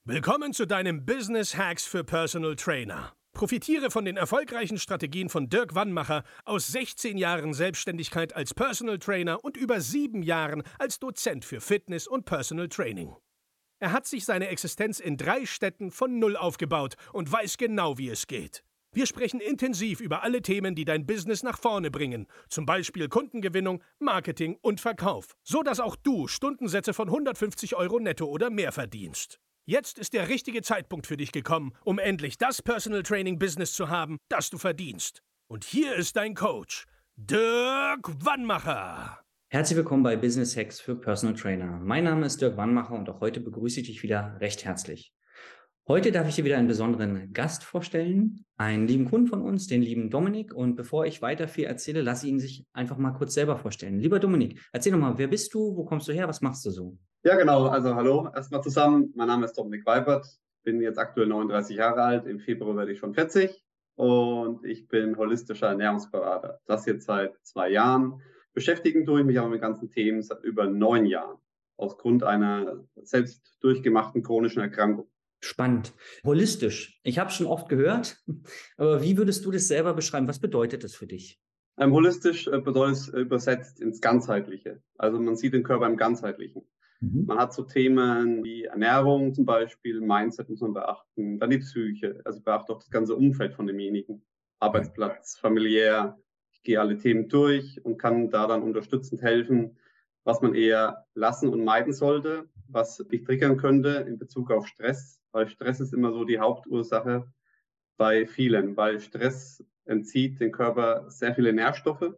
Willkommen zu deinem Business Hacks für Personal Trainer. Profitiere von den erfolgreichen Strategien von Dirk Wannmacher aus 16 Jahren Selbstständigkeit als Personal Trainer und über 7 Jahren als Dozent für Fitness und Personal Training. Er hat sich seine Existenz in 3 Städten von Null aufgebaut und weiß genau, wie es geht. Wir sprechen intensiv über alle Themen, die dein Business nach vorne bringen, zum Beispiel Kundengewinnung, Marketing und Verkauf, so dass auch du Stundensätze von 150 € netto oder mehr verdienst. Jetzt ist der richtige Zeitpunkt für dich gekommen, um endlich das Personal Training Business zu haben, das du verdienst. Und hier ist dein Coach, Dirk Wannmacher. Herzlich willkommen bei Business Hacks für Personal Trainer. Mein Name ist Dirk Wannmacher und auch heute begrüße ich dich wieder recht herzlich. Heute darf ich dir wieder einen besonderen Gast vorstellen, einen lieben Kunden von uns, den lieben Dominik. Und bevor ich weiter viel erzähle, lasse ich ihn sich einfach mal kurz selber vorstellen. Lieber Dominik, erzähl doch mal, wer bist du, wo kommst du her, was machst du so? Ja, genau. Also hallo, erstmal zusammen. Mein Name ist Dominik Weibert, bin jetzt aktuell 39 Jahre alt. Im Februar werde ich schon 40 und ich bin holistischer Ernährungsberater. Das jetzt seit 2 Jahren. Beschäftigen tue ich mich aber mit ganzen Themen seit über 9 Jahren. Aus Grund einer selbst durchgemachten chronischen Erkrankung. Spannend. Holistisch. Ich habe schon oft gehört, aber wie würdest du das selber beschreiben? Was bedeutet das für dich? Holistisch bedeutet es übersetzt ins Ganzheitliche. Also man sieht den Körper im Ganzheitlichen. Man hat so Themen wie Ernährung zum Beispiel, Mindset muss man beachten, dann die Psyche, also beachte auch das ganze Umfeld von demjenigen, Arbeitsplatz, familiär. Ich gehe alle Themen durch und kann da dann unterstützend helfen, was man eher lassen und meiden sollte, was dich triggern könnte in Bezug auf Stress, weil Stress ist immer so die Hauptursache bei vielen, weil Stress entzieht den Körper sehr viele Nährstoffe,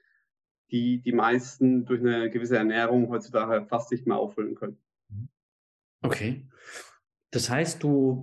die die meisten durch eine gewisse Ernährung heutzutage fast nicht mehr auffüllen können. Okay. Das heißt,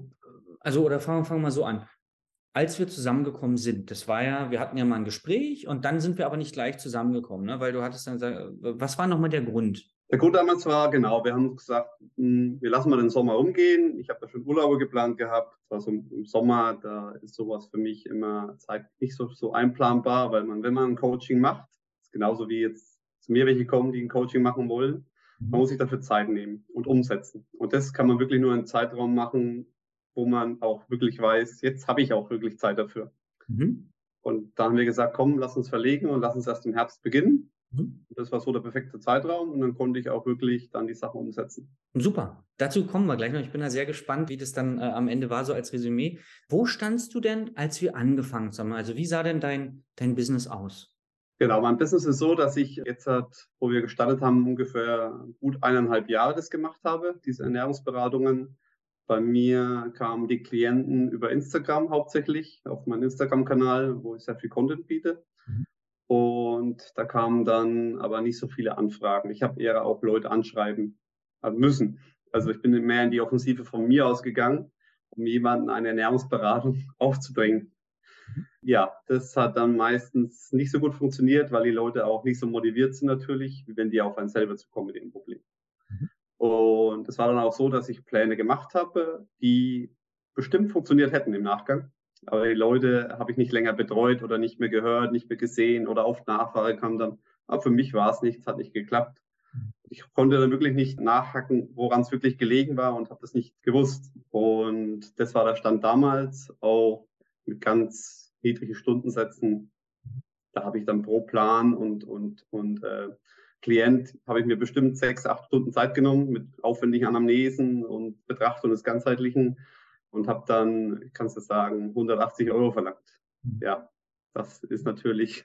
oder fangen wir mal so an. Als wir zusammengekommen sind, wir hatten ja mal ein Gespräch und dann sind wir aber nicht gleich zusammengekommen, ne? Weil du hattest dann gesagt, was war nochmal der Grund? Der Grund damals war, genau, wir haben uns gesagt, wir lassen mal den Sommer umgehen. Ich habe da schon Urlaube geplant gehabt. Das war so im Sommer, da ist sowas für mich immer zeitlich nicht so einplanbar, weil wenn man ein Coaching macht, ist genauso wie jetzt zu mir welche kommen, die ein Coaching machen wollen, man muss sich dafür Zeit nehmen und umsetzen. Und das kann man wirklich nur in einem Zeitraum machen, wo man auch wirklich weiß, jetzt habe ich auch wirklich Zeit dafür. Mhm. Und da haben wir gesagt, komm, lass uns verlegen und lass uns erst im Herbst beginnen. Mhm. Das war so der perfekte Zeitraum und dann konnte ich auch wirklich dann die Sache umsetzen. Super. Dazu kommen wir gleich noch. Ich bin da sehr gespannt, wie das dann am Ende war, so als Resümee. Wo standst du denn, als wir angefangen haben? Also wie sah denn dein Business aus? Genau, mein Business ist so, dass ich jetzt, wo wir gestartet haben, ungefähr gut 1,5 Jahre das gemacht habe, diese Ernährungsberatungen. Bei mir kamen die Klienten über Instagram hauptsächlich, auf meinen Instagram-Kanal, wo ich sehr viel Content biete. Mhm. Und da kamen dann aber nicht so viele Anfragen. Ich habe eher auch Leute anschreiben müssen. Also ich bin mehr in die Offensive von mir ausgegangen, um jemanden eine Ernährungsberatung aufzubringen. Ja, das hat dann meistens nicht so gut funktioniert, weil die Leute auch nicht so motiviert sind natürlich, wie wenn die auf einen selber zukommen mit dem Problem. Mhm. Und es war dann auch so, dass ich Pläne gemacht habe, die bestimmt funktioniert hätten im Nachgang. Aber die Leute habe ich nicht länger betreut oder nicht mehr gehört, nicht mehr gesehen oder oft Nachfrage kam dann, für mich war es nichts, hat nicht geklappt. Ich konnte dann wirklich nicht nachhaken, woran es wirklich gelegen war und habe das nicht gewusst. Und das war der Stand damals, auch mit ganz niedrigen Stundensätzen. Da habe ich dann pro Plan und Klient habe ich mir bestimmt 6, 8 Stunden Zeit genommen mit aufwendigen Anamnesen und Betrachtung des Ganzheitlichen und habe dann, ich kann es jetzt sagen, 180 € verlangt. Ja, das ist natürlich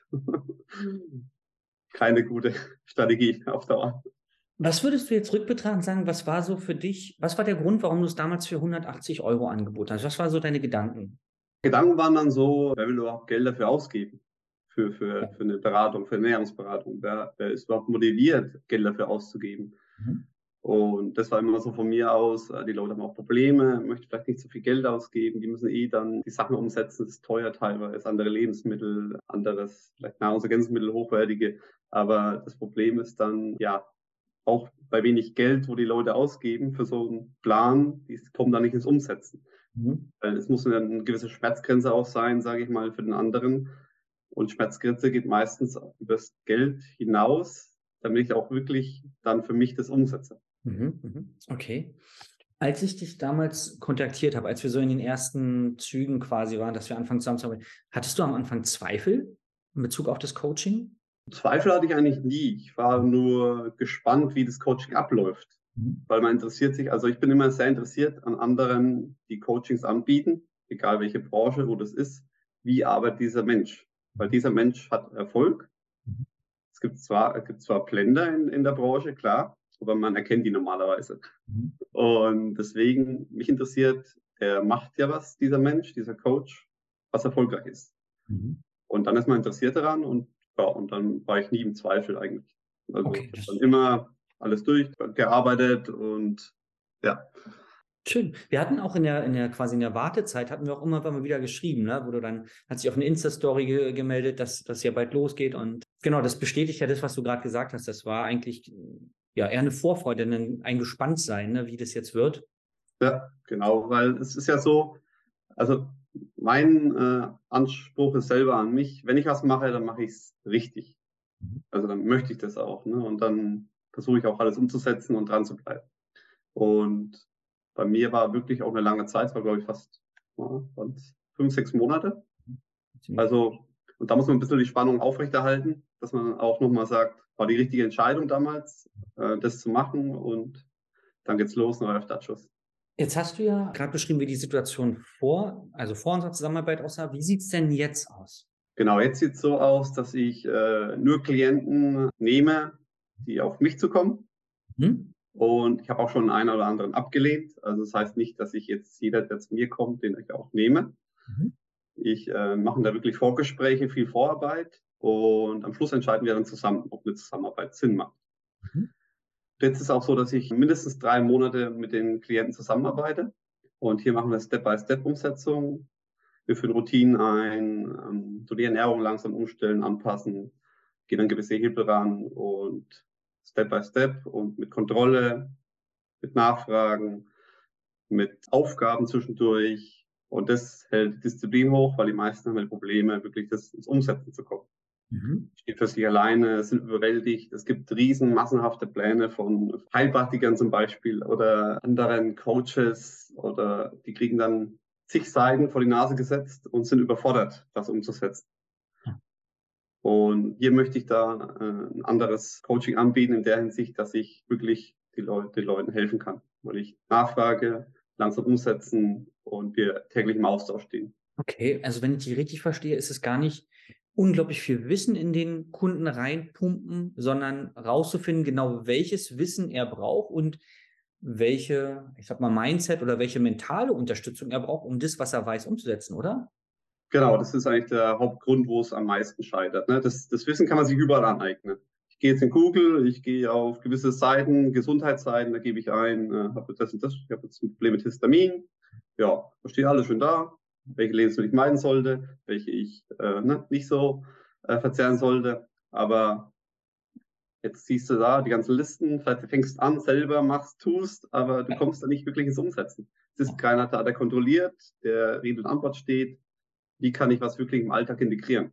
keine gute Strategie auf Dauer. Was würdest du jetzt rückbetrachtend sagen, was war so für dich, was war der Grund, warum du es damals für 180 € angeboten hast? Was waren so deine Gedanken? Gedanken waren dann so, wer will überhaupt Geld dafür ausgeben? Ja. Für eine Beratung, für eine Ernährungsberatung. Wer ist überhaupt motiviert, Geld dafür auszugeben? Mhm. Und das war immer so von mir aus, die Leute haben auch Probleme, möchten vielleicht nicht so viel Geld ausgeben, die müssen dann die Sachen umsetzen, das ist teuer teilweise, andere Lebensmittel, anderes, vielleicht Nahrungsergänzungsmittel, hochwertige. Aber das Problem ist dann, ja, auch bei wenig Geld, wo die Leute ausgeben für so einen Plan, die kommen da nicht ins Umsetzen. Mhm. Weil es muss eine gewisse Schmerzgrenze auch sein, sage ich mal, für den anderen. Und Schmerzgrenze geht meistens übers Geld hinaus, damit ich auch wirklich dann für mich das umsetze. Mhm. Mhm. Okay. Als ich dich damals kontaktiert habe, als wir so in den ersten Zügen quasi waren, dass wir anfangen zusammenzuarbeiten, hattest du am Anfang Zweifel in Bezug auf das Coaching? Zweifel hatte ich eigentlich nie. Ich war nur gespannt, wie das Coaching abläuft. Weil man interessiert sich, also ich bin immer sehr interessiert an anderen, die Coachings anbieten, egal welche Branche, wo das ist. Wie arbeitet dieser Mensch? Weil dieser Mensch hat Erfolg. Es gibt zwar Blender in der Branche, klar, aber man erkennt die normalerweise. Und deswegen, mich interessiert, er macht ja was, dieser Mensch, dieser Coach, was erfolgreich ist. Und dann ist man interessiert daran und ja, und dann war ich nie im Zweifel eigentlich. Also Okay, ich habe dann immer alles durchgearbeitet und ja. schön. Wir hatten auch quasi in der Wartezeit hatten wir auch immer mal wieder geschrieben, ne? Wo du dann, hat sich auf eine Insta-Story gemeldet, dass das ja bald losgeht. Und genau, das bestätigt ja das, was du gerade gesagt hast. Das war eigentlich ja eher eine Vorfreude, ein Gespanntsein, ne, wie das jetzt wird. Ja, genau, weil es ist ja so, also mein Anspruch ist selber an mich, wenn ich was mache, dann mache ich es richtig. Also dann möchte ich das auch, ne? Und dann versuche ich auch alles umzusetzen und dran zu bleiben. Und bei mir war wirklich auch eine lange Zeit, es war glaube ich fast 5, 6 Monate. Also, und da muss man ein bisschen die Spannung aufrechterhalten, dass man auch nochmal sagt, war die richtige Entscheidung damals, das zu machen und dann geht's los, neuer Startschuss. Jetzt hast du ja gerade beschrieben, wie die Situation vor unserer Zusammenarbeit aussah. Wie sieht es denn jetzt aus? Genau, jetzt sieht es so aus, dass ich nur Klienten nehme, die auf mich zukommen. Hm? Und ich habe auch schon einen oder anderen abgelehnt. Also das heißt nicht, dass ich jetzt jeder, der zu mir kommt, den ich auch nehme. Ich mache da wirklich Vorgespräche, viel Vorarbeit und am Schluss entscheiden wir dann zusammen, ob eine Zusammenarbeit Sinn macht. Jetzt ist es auch so, dass ich mindestens 3 Monate mit den Klienten zusammenarbeite und hier machen wir Step-by-Step-Umsetzung. Wir führen Routinen ein, so die Ernährung langsam umstellen, anpassen, gehen dann gewisse Hebel ran und Step-by-Step und mit Kontrolle, mit Nachfragen, mit Aufgaben zwischendurch. Und das hält die Disziplin hoch, weil die meisten haben halt Probleme, wirklich das ins Umsetzen zu kommen. Stehen für sich alleine, sind überwältigt. Es gibt riesen massenhafte Pläne von Heilpraktikern zum Beispiel oder anderen Coaches oder die kriegen dann zig Seiten vor die Nase gesetzt und sind überfordert, das umzusetzen. Und hier möchte ich da ein anderes Coaching anbieten in der Hinsicht, dass ich wirklich den Leuten helfen kann, weil ich nachfrage, langsam umsetzen und wir täglich im Austausch stehen. Okay, also wenn ich dich richtig verstehe, ist es gar nicht unglaublich viel Wissen in den Kunden reinpumpen, sondern rauszufinden, genau welches Wissen er braucht und welche, ich sag mal, Mindset oder welche mentale Unterstützung er braucht, um das, was er weiß, umzusetzen, oder? Genau, das ist eigentlich der Hauptgrund, wo es am meisten scheitert. Ne? Das Wissen kann man sich überall aneignen. Ich gehe jetzt in Google, ich gehe auf gewisse Seiten, Gesundheitsseiten, da gebe ich ein, habe das und das, ich habe jetzt ein Problem mit Histamin. Ja, da steht alles schon da, welche Lebensmittel ich meiden sollte, welche ich nicht so verzehren sollte. Aber jetzt siehst du da die ganzen Listen, vielleicht fängst an, selber machst, tust, aber du kommst da nicht wirklich ins Umsetzen. Es ist keiner da, der kontrolliert, der Rede und Antwort steht. Wie kann ich was wirklich im Alltag integrieren?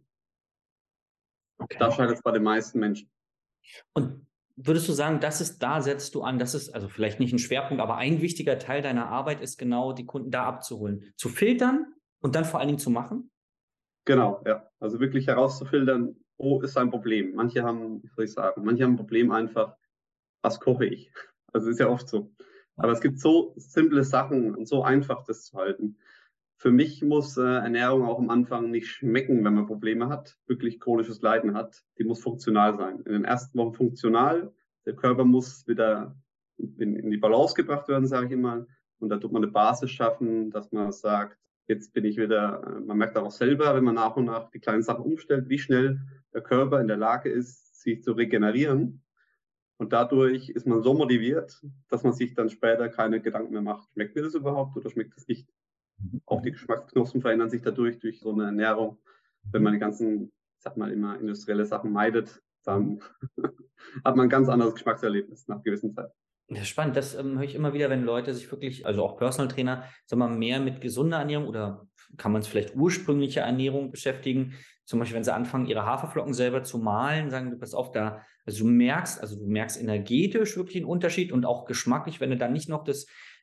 Okay. Da scheitert es bei den meisten Menschen. Und würdest du sagen, da setzt du an, das ist also vielleicht nicht ein Schwerpunkt, aber ein wichtiger Teil deiner Arbeit ist genau, die Kunden da abzuholen, zu filtern und dann vor allen Dingen zu machen? Genau, ja. Also wirklich herauszufiltern, wo ist ein Problem? Manche haben, wie soll ich sagen, manche haben ein Problem einfach, was koche ich? Also ist ja oft so. Aber es gibt so simple Sachen und so einfach, das zu halten. Für mich muss Ernährung auch am Anfang nicht schmecken, wenn man Probleme hat, wirklich chronisches Leiden hat. Die muss funktional sein. In den ersten Wochen funktional. Der Körper muss wieder in die Balance gebracht werden, sage ich immer. Und da tut man eine Basis schaffen, dass man sagt, jetzt bin ich wieder, man merkt auch selber, wenn man nach und nach die kleinen Sachen umstellt, wie schnell der Körper in der Lage ist, sich zu regenerieren. Und dadurch ist man so motiviert, dass man sich dann später keine Gedanken mehr macht. Schmeckt mir das überhaupt oder schmeckt das nicht? Auch die Geschmacksknospen verändern sich dadurch, durch so eine Ernährung. Wenn man die ganzen, ich sag mal immer, industrielle Sachen meidet, dann hat man ein ganz anderes Geschmackserlebnis nach gewissen Zeit. Das ist spannend, das höre ich immer wieder, wenn Leute sich wirklich, also auch Personal Trainer, sagen wir mal, mehr mit gesunder Ernährung oder kann man es vielleicht ursprünglicher Ernährung beschäftigen. Zum Beispiel, wenn sie anfangen, ihre Haferflocken selber zu mahlen, sagen du, pass auf, also du merkst energetisch wirklich einen Unterschied und auch geschmacklich, wenn du dann nicht noch das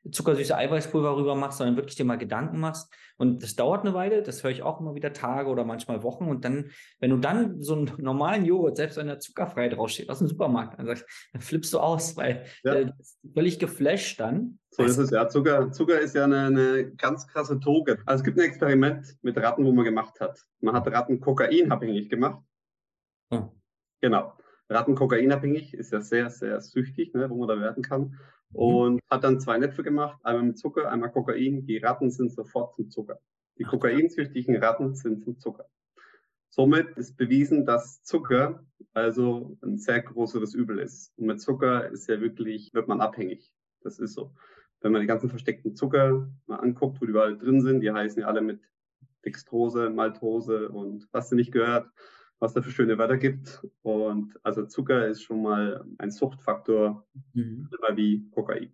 zuckersüße Eiweißpulver rüber machst, sondern wirklich dir mal Gedanken machst. Und das dauert eine Weile, das höre ich auch immer wieder Tage oder manchmal Wochen. Und dann, wenn du dann so einen normalen Joghurt, selbst wenn der zuckerfrei draufsteht, aus dem Supermarkt, dann flippst du aus, weil Ja. du bist völlig geflasht dann. So ist es ja. Zucker ist ja eine ganz krasse Droge. Also es gibt ein Experiment mit Ratten, wo man gemacht hat. Man hat Ratten kokainabhängig gemacht. Oh. Genau. Ratten kokainabhängig ist ja sehr, sehr süchtig, ne, wo man da werden kann. Und hat dann 2 Näpfe gemacht, einmal mit Zucker, einmal Kokain. Die Ratten sind sofort zum Zucker. Die kokainsüchtigen Ratten sind zum Zucker. Somit ist bewiesen, dass Zucker also ein sehr größeres Übel ist. Und mit Zucker ist ja wirklich, wird man abhängig. Das ist so. Wenn man die ganzen versteckten Zucker mal anguckt, wo die überall drin sind, die heißen ja alle mit Dextrose, Maltose und was du nicht gehört, was da für schöne Wörter gibt. Und also Zucker ist schon mal ein Suchtfaktor, immer wie Kokain.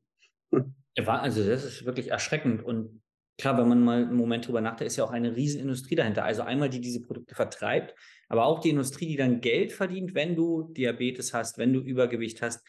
Also das ist wirklich erschreckend. Und klar, wenn man mal einen Moment drüber nachdenkt, ist ja auch eine Riesenindustrie dahinter. Also einmal, die diese Produkte vertreibt, aber auch die Industrie, die dann Geld verdient, wenn du Diabetes hast, wenn du Übergewicht hast,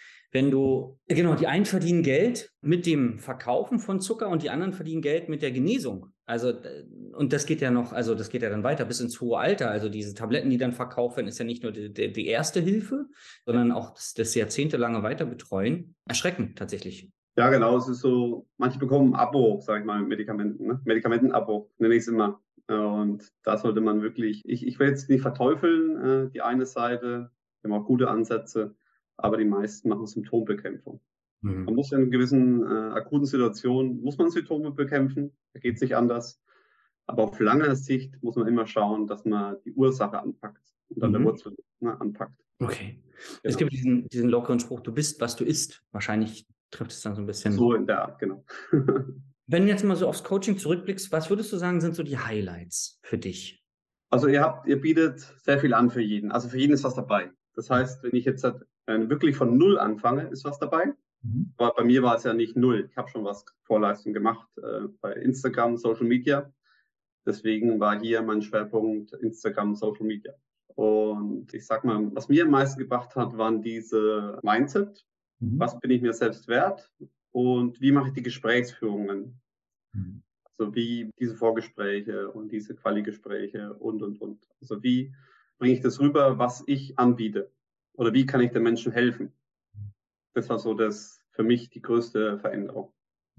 die einen verdienen Geld mit dem Verkaufen von Zucker und die anderen verdienen Geld mit der Genesung. Also, und das geht ja dann weiter bis ins hohe Alter. Also diese Tabletten, die dann verkauft werden, ist ja nicht nur die erste Hilfe, sondern auch das jahrzehntelange Weiterbetreuen. Erschreckend tatsächlich. Ja, genau, es ist so, manche bekommen ein Abo, sage ich mal, mit Medikamenten, ne? Medikamentenabo, nenne ich es immer. Und da sollte man wirklich, ich will jetzt nicht verteufeln, die eine Seite, wir haben auch gute Ansätze, aber die meisten machen Symptombekämpfung. Man muss in gewissen akuten Situationen, muss man Symptome bekämpfen, da geht es nicht anders. Aber auf lange Sicht muss man immer schauen, dass man die Ursache anpackt und an der Wurzel anpackt. Okay. Genau. Es gibt diesen lockeren Spruch, du bist, was du isst. Wahrscheinlich trifft es dann so ein bisschen. So in der Art, genau. Wenn du jetzt mal so aufs Coaching zurückblickst, was würdest du sagen, sind so die Highlights für dich? Also ihr bietet sehr viel an für jeden. Also für jeden ist was dabei. Das heißt, wenn ich jetzt wirklich von Null anfange, ist was dabei. Aber bei mir war es ja nicht Null. Ich habe schon was Vorleistung gemacht bei Instagram, Social Media. Deswegen war hier mein Schwerpunkt Instagram, Social Media. Und ich sag mal, was mir am meisten gebracht hat, waren diese Mindset. Was bin ich mir selbst wert? Und wie mache ich die Gesprächsführungen? Also wie diese Vorgespräche und diese Quali-Gespräche und. Also wie bringe ich das rüber, was ich anbiete? Oder wie kann ich den Menschen helfen? Das war so für mich die größte Veränderung.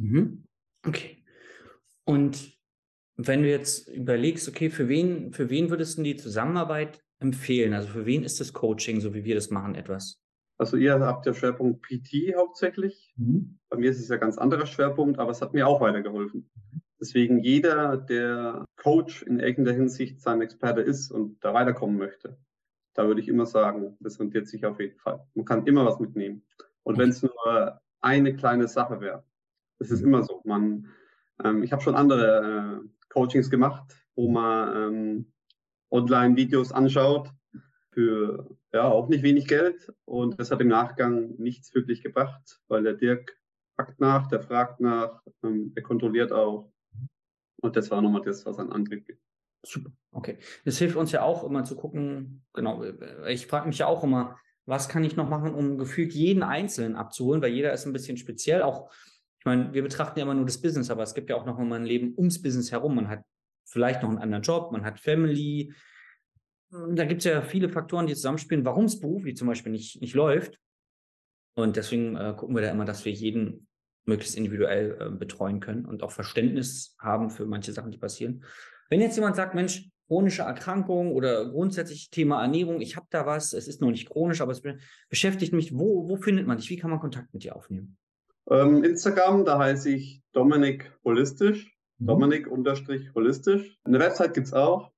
Okay. Und wenn du jetzt überlegst, okay, für wen würdest du die Zusammenarbeit empfehlen? Also für wen ist das Coaching, so wie wir das machen, etwas? Also ihr habt ja Schwerpunkt PT hauptsächlich. Bei mir ist es ja ganz anderer Schwerpunkt, aber es hat mir auch weitergeholfen. Deswegen jeder, der Coach in irgendeiner Hinsicht sein Experte ist und da weiterkommen möchte, da würde ich immer sagen, das rentiert sich auf jeden Fall. Man kann immer was mitnehmen. Und wenn es nur eine kleine Sache wäre, das ist immer so. Ich habe schon andere Coachings gemacht, wo man Online-Videos anschaut für auch nicht wenig Geld. Und das hat im Nachgang nichts wirklich gebracht, weil der Dirk fragt nach, der fragt nach, der kontrolliert auch. Und das war nochmal das, was ein Antrieb gibt. Super, okay. Das hilft uns ja auch immer zu gucken, genau, ich frage mich ja auch immer, was kann ich noch machen, um gefühlt jeden Einzelnen abzuholen, weil jeder ist ein bisschen speziell. Auch, ich meine, wir betrachten ja immer nur das Business, aber es gibt ja auch noch immer ein Leben ums Business herum. Man hat vielleicht noch einen anderen Job, man hat Family. Da gibt es ja viele Faktoren, die zusammenspielen, warum es beruflich zum Beispiel nicht läuft. Und deswegen gucken wir da immer, dass wir jeden möglichst individuell betreuen können und auch Verständnis haben für manche Sachen, die passieren. Wenn jetzt jemand sagt, Mensch, chronische Erkrankung oder grundsätzlich Thema Ernährung, ich habe da was, es ist noch nicht chronisch, aber es beschäftigt mich, wo findet man dich? Wie kann man Kontakt mit dir aufnehmen? Instagram, da heiße ich Dominik Holistisch, Dominik_holistisch. Eine Website gibt es auch,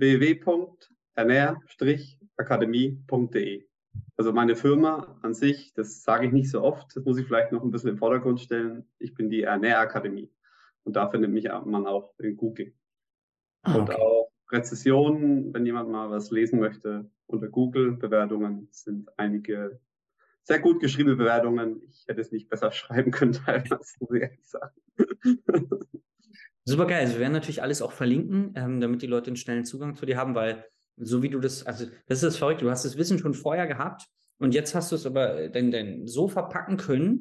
www.ernähr-akademie.de. Also meine Firma an sich, das sage ich nicht so oft, das muss ich vielleicht noch ein bisschen im Vordergrund stellen. Ich bin die Ernähr-Akademie und da findet mich man auch in Google. Und auch Rezessionen, wenn jemand mal was lesen möchte, unter Google-Bewertungen sind einige sehr gut geschriebene Bewertungen. Ich hätte es nicht besser schreiben können, teilweise, muss ich ehrlich sagen. Super geil. Also wir werden natürlich alles auch verlinken, damit die Leute einen schnellen Zugang zu dir haben, weil so wie du das ist das Verrückte, du hast das Wissen schon vorher gehabt und jetzt hast du es aber dann so verpacken können,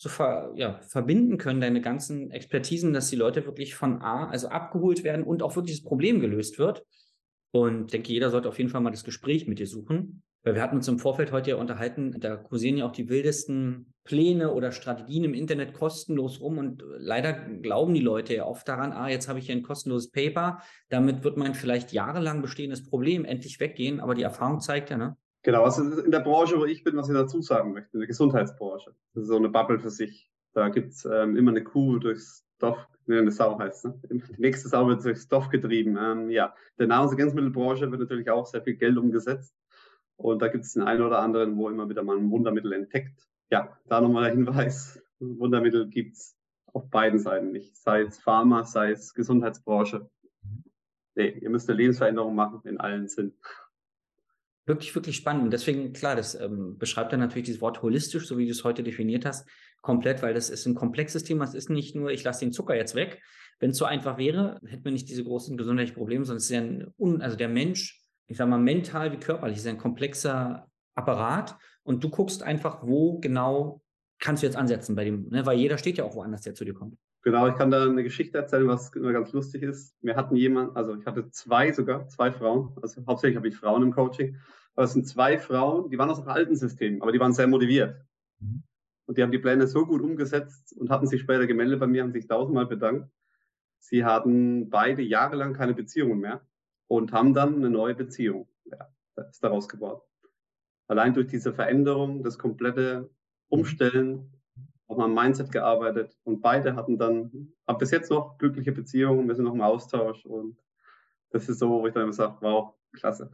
so verbinden können, deine ganzen Expertisen, dass die Leute wirklich also abgeholt werden und auch wirklich das Problem gelöst wird. Und ich denke, jeder sollte auf jeden Fall mal das Gespräch mit dir suchen. Weil wir hatten uns im Vorfeld heute ja unterhalten, da kursieren ja auch die wildesten Pläne oder Strategien im Internet kostenlos rum. Und leider glauben die Leute ja oft daran, jetzt habe ich hier ein kostenloses Paper, damit wird mein vielleicht jahrelang bestehendes Problem endlich weggehen. Aber die Erfahrung zeigt ja, ne? Genau, also in der Branche, wo ich bin, was ich dazu sagen möchte, in der Gesundheitsbranche. Das ist so eine Bubble für sich. Da gibt's immer eine Kuh durchs Dorf, eine Sau heißt, ne? Die nächste Sau wird durchs Dorf getrieben. Ja, der Nahrungsergänzungsmittelbranche wird natürlich auch sehr viel Geld umgesetzt. Und da gibt es den einen oder anderen, wo immer wieder mal ein Wundermittel entdeckt. Ja, da nochmal der Hinweis, Wundermittel gibt's auf beiden Seiten nicht. Sei es Pharma, sei es Gesundheitsbranche. Nee, ihr müsst eine Lebensveränderung machen in allen Sinnen. Wirklich, wirklich spannend. Und deswegen, klar, das beschreibt dann natürlich dieses Wort holistisch, so wie du es heute definiert hast, komplett, weil das ist ein komplexes Thema. Es ist nicht nur, ich lasse den Zucker jetzt weg. Wenn es so einfach wäre, hätten wir nicht diese großen gesundheitlichen Probleme, sondern es ist ja also der Mensch, ich sage mal mental wie körperlich, ist ein komplexer Apparat. Und du guckst einfach, wo genau kannst du jetzt ansetzen bei dem, ne? Weil jeder steht ja auch woanders, der zu dir kommt. Genau, ich kann da eine Geschichte erzählen, was immer ganz lustig ist. Wir hatten also ich hatte zwei Frauen, also hauptsächlich habe ich Frauen im Coaching, aber es sind zwei Frauen, die waren aus dem alten System, aber die waren sehr motiviert. Mhm. Und die haben die Pläne so gut umgesetzt und hatten sich später gemeldet bei mir, haben sich tausendmal bedankt. Sie hatten beide jahrelang keine Beziehungen mehr und haben dann eine neue Beziehung. Ja, das ist daraus geworden. Allein durch diese Veränderung, das komplette Umstellen, auch mal am Mindset gearbeitet und beide hatten dann ab bis jetzt noch glückliche Beziehungen, wir sind noch im Austausch und das ist so, wo ich dann immer sage, wow, klasse.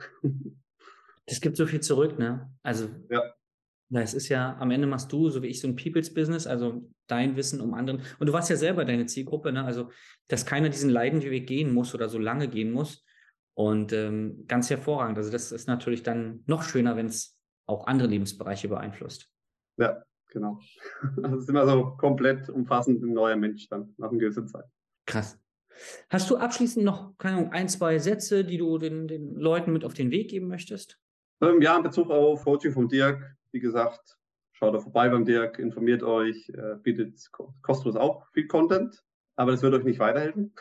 Das gibt so viel zurück, ne? Also Ja, es ist ja, am Ende machst du, so wie ich, so ein People's Business, also dein Wissen um anderen. Und du warst ja selber deine Zielgruppe, ne? Also, dass keiner diesen leidenden Weg gehen muss oder so lange gehen muss. Und ganz hervorragend. Also, das ist natürlich dann noch schöner, wenn es auch andere Lebensbereiche beeinflusst. ja, genau. Also es ist immer so komplett umfassend ein neuer Mensch dann nach einer gewissen Zeit. Krass. Hast du abschließend noch, keine Ahnung, ein, zwei Sätze, die du den Leuten mit auf den Weg geben möchtest? Ja, in Bezug auf Coaching vom Dirk, wie gesagt, schaut da vorbei beim Dirk, informiert euch, bietet kostenlos auch viel Content, aber das wird euch nicht weiterhelfen.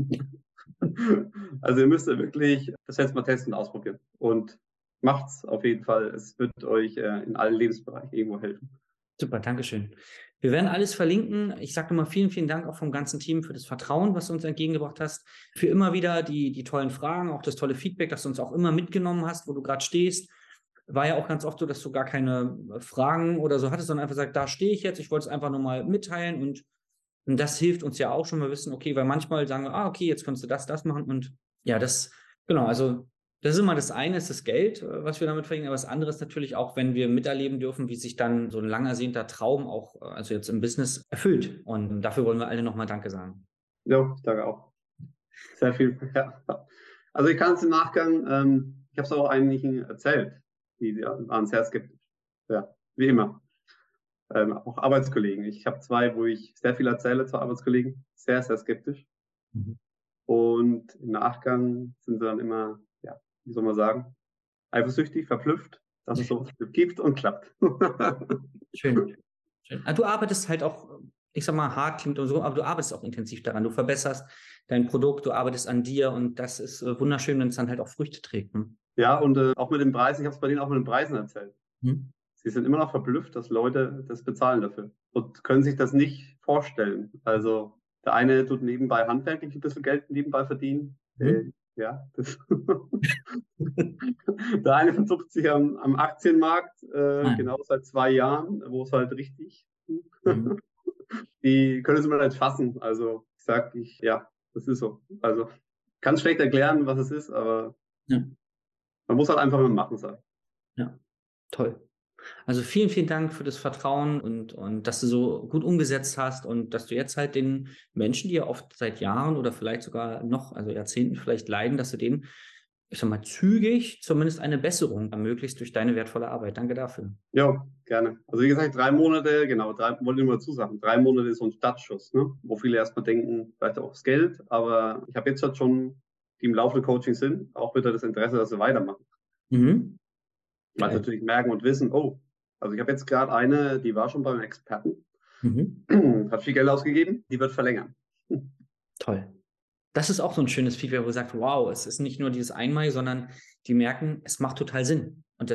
Also ihr müsst wirklich das jetzt mal testen und ausprobieren und macht's auf jeden Fall. Es wird euch in allen Lebensbereichen irgendwo helfen. Super, Dankeschön. Wir werden alles verlinken. Ich sage nochmal vielen, vielen Dank auch vom ganzen Team für das Vertrauen, was du uns entgegengebracht hast. Für immer wieder die tollen Fragen, auch das tolle Feedback, dass du uns auch immer mitgenommen hast, wo du gerade stehst. War ja auch ganz oft so, dass du gar keine Fragen oder so hattest, sondern einfach sagst, da stehe ich jetzt, ich wollte es einfach nur mal mitteilen und das hilft uns ja auch schon mal wissen, okay, weil manchmal sagen wir, okay, jetzt kannst du das machen und ja, genau, also das ist immer das eine, ist das Geld, was wir damit verdienen, aber das andere ist natürlich auch, wenn wir miterleben dürfen, wie sich dann so ein lang ersehnter Traum auch, also jetzt im Business, erfüllt. Und dafür wollen wir alle nochmal Danke sagen. Ja, ich danke auch. Sehr viel. Ja. Also ich kann es im Nachgang, ich habe es auch einigen erzählt, die waren sehr skeptisch. Ja, wie immer. Auch Arbeitskollegen. Ich habe zwei, wo ich sehr viel erzähle zu Arbeitskollegen, sehr, sehr skeptisch. Mhm. Und im Nachgang sind sie dann immer, ja, wie soll man sagen, eifersüchtig, verblüfft, dass es sowas gibt und klappt. Schön. Schön. Du arbeitest halt auch, ich sag mal, hart klingt und so, aber du arbeitest auch intensiv daran. Du verbesserst dein Produkt, du arbeitest an dir und das ist wunderschön, wenn es dann halt auch Früchte trägt. Ne? Ja, und auch mit den Preisen, ich habe es bei denen auch mit den Preisen erzählt. Hm? Sie sind immer noch verblüfft, dass Leute das bezahlen dafür und können sich das nicht vorstellen. Also der eine tut nebenbei handwerklich ein bisschen Geld nebenbei verdienen. Ja, der eine versucht sich am Aktienmarkt, genau seit 2 Jahren, wo es halt richtig, die können es immer nicht fassen. Also ich sage, ja, das ist so. Also kann es schlecht erklären, was es ist, aber Ja. man muss halt einfach mal machen sein. Ja, toll. Also vielen, vielen Dank für das Vertrauen und dass du so gut umgesetzt hast und dass du jetzt halt den Menschen, die ja oft seit Jahren oder vielleicht sogar noch, also Jahrzehnten vielleicht leiden, dass du denen, ich sag mal, zügig zumindest eine Besserung ermöglicht durch deine wertvolle Arbeit. Danke dafür. Ja, gerne. Also wie gesagt, 3 Monate, genau, wollte ich nur dazu sagen, 3 Monate ist so ein Startschuss, ne? Wo viele erstmal denken, vielleicht auch das Geld, aber ich habe jetzt halt schon, die im laufenden Coaching sind, auch wieder das Interesse, dass sie weitermachen. Mhm. Weil sie natürlich merken und wissen, oh, also ich habe jetzt gerade eine, die war schon beim Experten Hat viel Geld ausgegeben, die wird verlängern. Toll. Das ist auch so ein schönes Feedback, wo du sagst, wow, es ist nicht nur dieses Einmalige, sondern die merken, es macht total Sinn. Und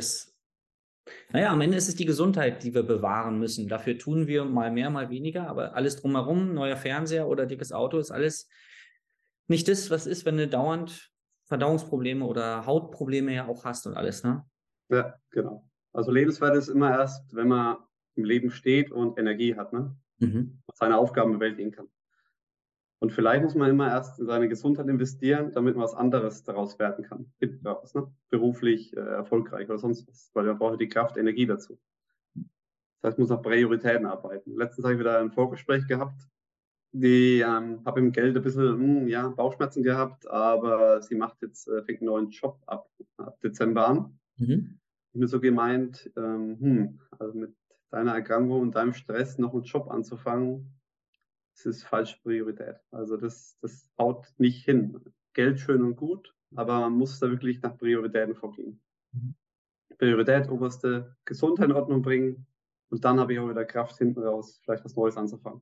am Ende ist es die Gesundheit, die wir bewahren müssen. Dafür tun wir mal mehr, mal weniger, aber alles drumherum, neuer Fernseher oder dickes Auto, ist alles nicht das, was ist, wenn du dauernd Verdauungsprobleme oder Hautprobleme ja auch hast und alles, ne? Ja, genau. Also lebenswert ist immer erst, wenn man im Leben steht und Energie hat, ne? Seine Aufgaben bewältigen kann. Und vielleicht muss man immer erst in seine Gesundheit investieren, damit man was anderes daraus werden kann. Ne? Beruflich erfolgreich oder sonst was. Weil man braucht die Kraft, Energie dazu. Das heißt, man muss nach Prioritäten arbeiten. Letztens habe ich wieder ein Vorgespräch gehabt. Die habe im Geld ein bisschen Bauchschmerzen gehabt, aber sie macht jetzt, fängt einen neuen Job ab Dezember an. Ich mir so gemeint, also mit deiner Erkrankung und deinem Stress noch einen Job anzufangen, das ist falsche Priorität. Also das haut nicht hin. Geld schön und gut, aber man muss da wirklich nach Prioritäten vorgehen. Priorität, oberste Gesundheit in Ordnung bringen und dann habe ich auch wieder Kraft hinten raus, vielleicht was Neues anzufangen.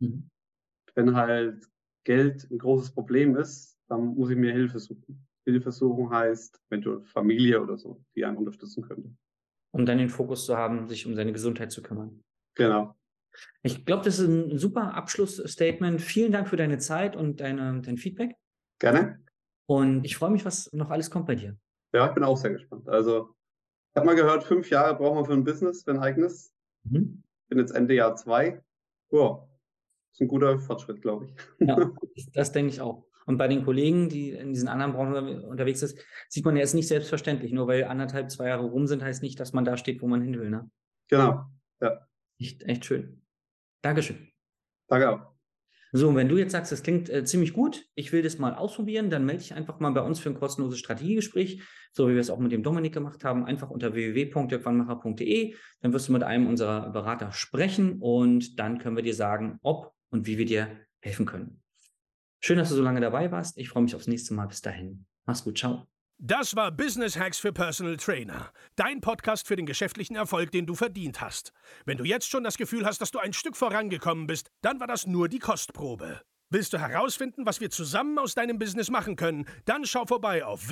Wenn halt Geld ein großes Problem ist, dann muss ich mir Hilfe suchen. Hilfe suchen heißt eventuell Familie oder so, die einen unterstützen könnte. Um dann den Fokus zu haben, sich um seine Gesundheit zu kümmern. Genau. Ich glaube, das ist ein super Abschlussstatement. Vielen Dank für deine Zeit und dein Feedback. Gerne. Und ich freue mich, was noch alles kommt bei dir. Ja, ich bin auch sehr gespannt. Also, ich habe mal gehört, 5 Jahre brauchen wir für ein Business, für ein eigenes. Bin jetzt Ende Jahr 2. Wow, das ist ein guter Fortschritt, glaube ich. Ja, das denke ich auch. Und bei den Kollegen, die in diesen anderen Branchen unterwegs sind, sieht man ja, es nicht selbstverständlich. Nur weil 1,5, 2 Jahre rum sind, heißt nicht, dass man da steht, wo man hin will. Ne? Genau, ja. Echt schön. Dankeschön. Danke auch. So, wenn du jetzt sagst, das klingt ziemlich gut, ich will das mal ausprobieren, dann melde dich einfach mal bei uns für ein kostenloses Strategiegespräch, so wie wir es auch mit dem Dominik gemacht haben, einfach unter www.dirkwannmacher.de. Dann wirst du mit einem unserer Berater sprechen und dann können wir dir sagen, ob und wie wir dir helfen können. Schön, dass du so lange dabei warst. Ich freue mich aufs nächste Mal. Bis dahin. Mach's gut. Ciao. Das war Business Hacks für Personal Trainer. Dein Podcast für den geschäftlichen Erfolg, den du verdient hast. Wenn du jetzt schon das Gefühl hast, dass du ein Stück vorangekommen bist, dann war das nur die Kostprobe. Willst du herausfinden, was wir zusammen aus deinem Business machen können? Dann schau vorbei auf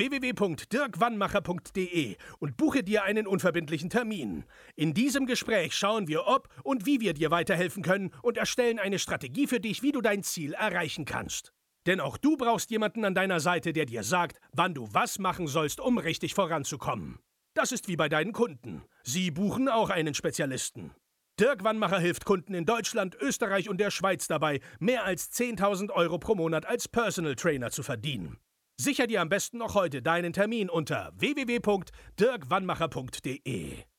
www.dirkwannmacher.de und buche dir einen unverbindlichen Termin. In diesem Gespräch schauen wir, ob und wie wir dir weiterhelfen können und erstellen eine Strategie für dich, wie du dein Ziel erreichen kannst. Denn auch du brauchst jemanden an deiner Seite, der dir sagt, wann du was machen sollst, um richtig voranzukommen. Das ist wie bei deinen Kunden. Sie buchen auch einen Spezialisten. Dirk Wannmacher hilft Kunden in Deutschland, Österreich und der Schweiz dabei, mehr als 10.000 € pro Monat als Personal Trainer zu verdienen. Sicher dir am besten noch heute deinen Termin unter www.dirkwannmacher.de.